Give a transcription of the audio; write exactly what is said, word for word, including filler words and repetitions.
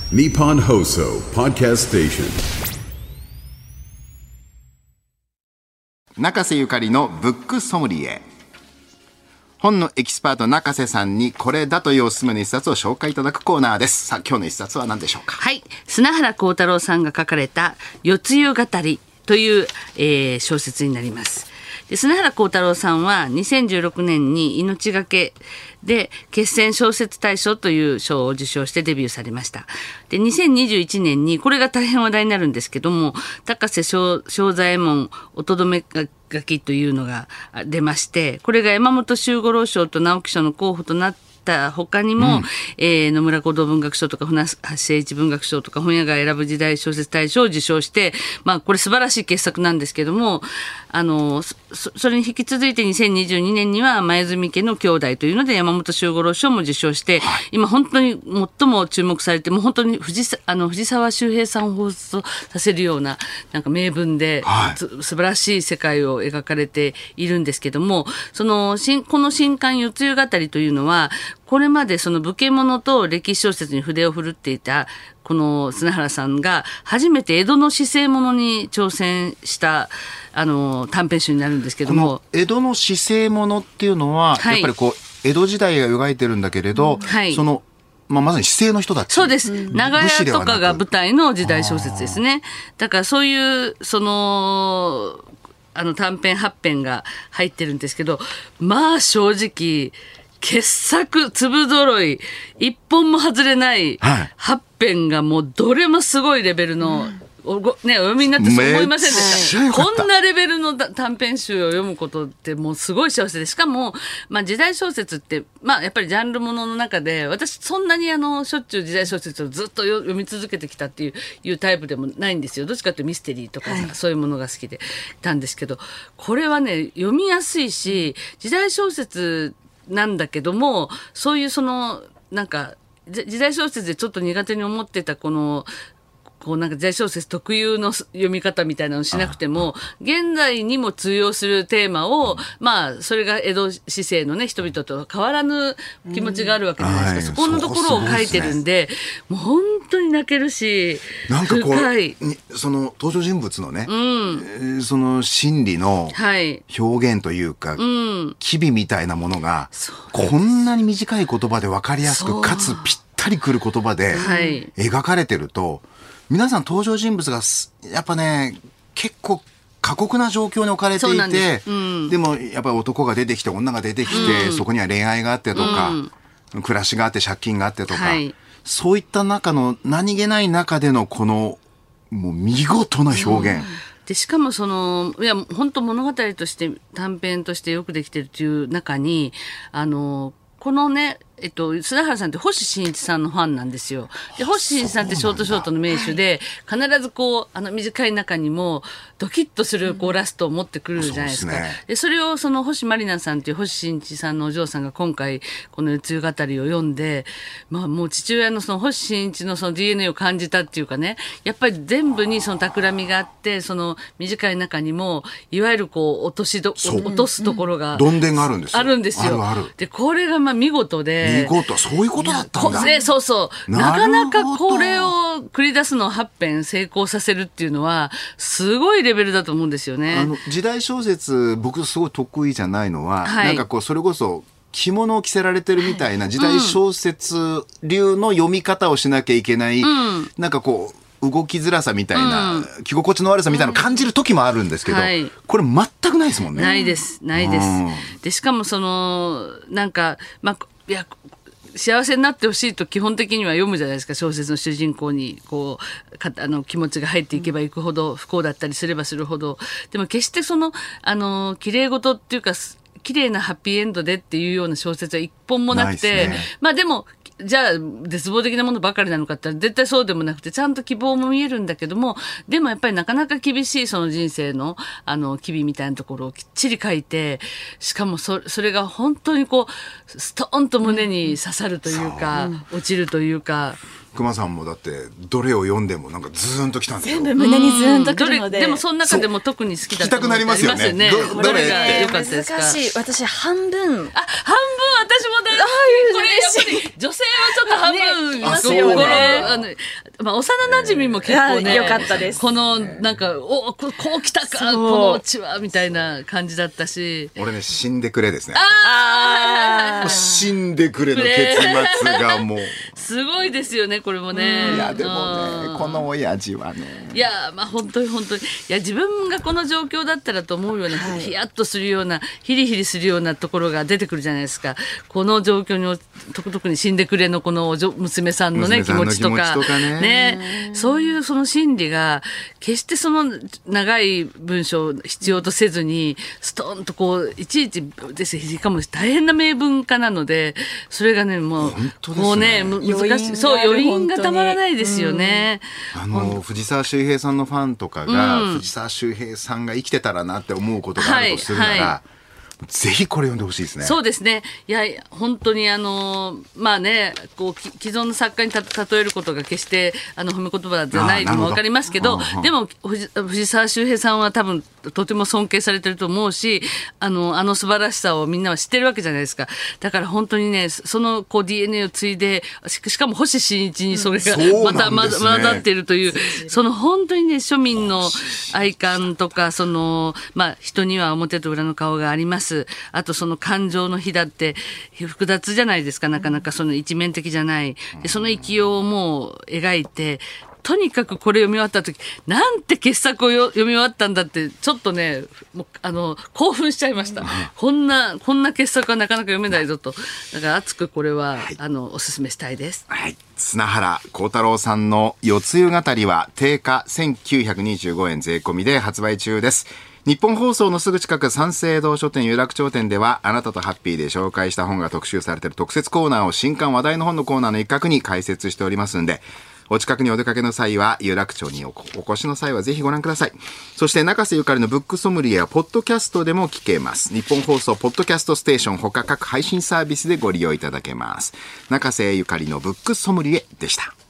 Nippon Hoso Podcast Station。 中瀬ゆかりのブックソムリエ。本のエキスパート中瀬さんにこれだというおすすめの一冊を紹介いただくコーナーです。さあ今日の一冊は何でしょうか。 はい、砂原幸太郎さんが書かれた夜露語りという、えー、小説になります。で砂原幸太郎さんはにせんじゅうろくねんに命がけで決戦小説大賞という賞を受賞してデビューされました。でにせんにじゅういちねんにこれが大変話題になるんですけども、高瀬正左衛門おとどめ書きというのが出まして、これが山本周五郎賞と直木賞の候補となって他にも、うんえー、野村講堂文学賞とか船橋誠一文学賞とか本屋が選ぶ時代小説大賞を受賞して、まあ、これ素晴らしい傑作なんですけども、あの そ, それに引き続いてにせんにじゅうにねんには前住家の兄弟というので山本周五郎賞も受賞して、はい、今本当に最も注目されて、もう本当に 藤, あの藤沢周平さんを放送させるようななんか名文で、はい、素晴らしい世界を描かれているんですけども、そのこの新刊夜露語りというのはこれまでその武家物と歴史小説に筆を振るっていたこの砂原さんが初めて江戸の市政物に挑戦したあの短編集になるんですけども、この江戸の市政物っていうのは、はい、やっぱりこう江戸時代が描いてるんだけれど、はい、そのまあ、まさに市政の人たち。 そうです。長屋とかが舞台の時代小説ですね。だからそういうそのあの短編はち編が入ってるんですけど、まあ正直傑作粒揃い一本も外れないはち編がもうどれもすごいレベルの、うんお, ごね、お読みになってそう思いませんでした。こんなレベルの短編集を読むことってもうすごい幸せで、しかも、まあ、時代小説って、まあ、やっぱりジャンルものの中で私そんなにあのしょっちゅう時代小説をずっと読み続けてきたっていう、いうタイプでもないんですよ。どっちかというとミステリーとか、はい、そういうものが好きでいたんですけど、これはね読みやすいし時代小説なんだけども、そういうそのなんか時代小説でちょっと苦手に思ってたこのこうなんか時代小説特有の読み方みたいなのをしなくても現在にも通用するテーマを、まあそれが江戸市政のね人々と変わらぬ気持ちがあるわけじゃないですか、うん、そこのところを書いてるんで、もう本当に泣けるし、 なんかこう深いその登場人物のね、うん、その心理の表現というか、はいうん、機微みたいなものがこんなに短い言葉で分かりやすくかつぴったりくる言葉で描かれてると、はい、皆さん登場人物がやっぱね結構過酷な状況に置かれていて で,、うん、でもやっぱり男が出てきて女が出てきて、うん、そこには恋愛があってとか、うん、暮らしがあって借金があってとか、はい、そういった中の何気ない中でのこのもう見事な表現、うん、 でしかもそのいや本当物語として短編としてよくできてるという中にあのこのねえっと、砂原さんって星新一さんのファンなんですよ。で星新一さんってショートショートの名手で、必ずこうあの短い中にもドキッとするこうラストを持ってくるじゃないですか。うん、 そうですね。でそれをその星まりなさんっていう星新一さんのお嬢さんが今回この夜露語りを読んで、まあもう父親のその星新一のその ディーエヌエー を感じたっていうかね、やっぱり全部にその企みがあって、その短い中にもいわゆるこう落としど落とすところが、 うん、どんでんがあるんですよ。 あるんですよ。 あるある。 でこれがまあ見事で。 見事、そういうことだったんだ。 ね、そうそうなかなかこれを繰り出すのをはち編成功させるっていうのはすごいレベルだと思うんですよね。 あの時代小説僕すごい得意じゃないのは、はい、なんかこうそれこそ着物を着せられてるみたいな時代小説流の読み方をしなきゃいけない、うん、なんかこう動きづらさみたいな、うん、着心地の悪さみたいなのを感じる時もあるんですけど、うんはい、これ全くないですもんね。 ないですないです、うん、でしかもそのなんかまあいや幸せになってほしいと基本的には読むじゃないですか。小説の主人公にこうかあの気持ちが入っていけばいくほど不幸だったりすればするほど、でも決してそのあの綺麗事っていうか綺麗なハッピーエンドでっていうような小説は一本もなくて、ね、まあでもじゃあ絶望的なものばかりなのかって言ったら絶対そうでもなくて、ちゃんと希望も見えるんだけども、でもやっぱりなかなか厳しいその人生のあの機微みたいなところをきっちり書いて、しかも そ, それが本当にこうストーンと胸に刺さるというか、うん、落ちるというか。 熊さんもだってどれを読んでもなんかズーンときたんですよ。 全部胸にズーンとくるので、 でもその中でも特に好きだったのってありますよね。 ねど, どれが良かったですか。 難しい。私半分。あ、 半分私も大好き。これやっぱり女性はちょっと半分いますよね。 あの、まあ、幼馴染も結構ね、 よかったです。 この、なんか、おこう来たか、このオチは、みたいな感じだったし。 俺ね、死んでくれですね。 ああ死んでくれの結末がもう。 すごいですよね、これもね。 いや、でもね、この親父はね。 いや、まあ、本当に本当に。いや、自分がこの状況だったらと思うような、はい、ヒヤッとするような、ヒリヒリするようなところが出てくるじゃないですか。この状況に、特に死んでくれのこの娘さんのね、気持ちとか。ね, ねそういうその心理が、決してその長い文章を必要とせずに、ストーンとこう、いちいちです。しかも大変な名文化なので、それがね、もう、こうね、難しい。そう、余韻がたまらないですよね。 うん、あの、藤沢周平さんのファンとかが、うん、藤沢周平さんが生きてたらなって思うことがあるとするなら、はいはい、ぜひこれ読んでほしいですね。 そうですね。いや、本当にあの、まあね、こう、既存の作家にた例えることが決して、あの、褒め言葉じゃないのもわかりますけど、でも藤、藤沢周平さんは多分、とても尊敬されてると思うし、あの、あの素晴らしさをみんなは知ってるわけじゃないですか。だから本当にね、そのこう ディーエヌエー を継いで、し, しかも星新一にそれがまた混ざっているという、その本当にね、庶民の愛感とか、その、まあ、人には表と裏の顔があります。あとその感情の火だって複雑じゃないですか。なかなかその一面的じゃない。で、その勢いをもう描いて、とにかくこれ読み終わった時、なんて傑作をよ読み終わったんだって、ちょっとね、もうあの興奮しちゃいました。こんな、こんな傑作はなかなか読めないぞと。だから熱くこれは、はい、あの、おすすめしたいです。 はい。砂原幸太郎さんの夜露語りは定価せんきゅうひゃくにじゅうごえん税込みで発売中です。日本放送のすぐ近く三省堂書店有楽町店では、あなたとハッピーで紹介した本が特集されている特設コーナーを新刊話題の本のコーナーの一角に開設しておりますんで、お近くにお出かけの際は、有楽町にお越しの際はぜひご覧ください。そして中瀬ゆかりのブックソムリエはポッドキャストでも聞けます。日本放送ポッドキャストステーション他各配信サービスでご利用いただけます。中瀬ゆかりのブックソムリエでした。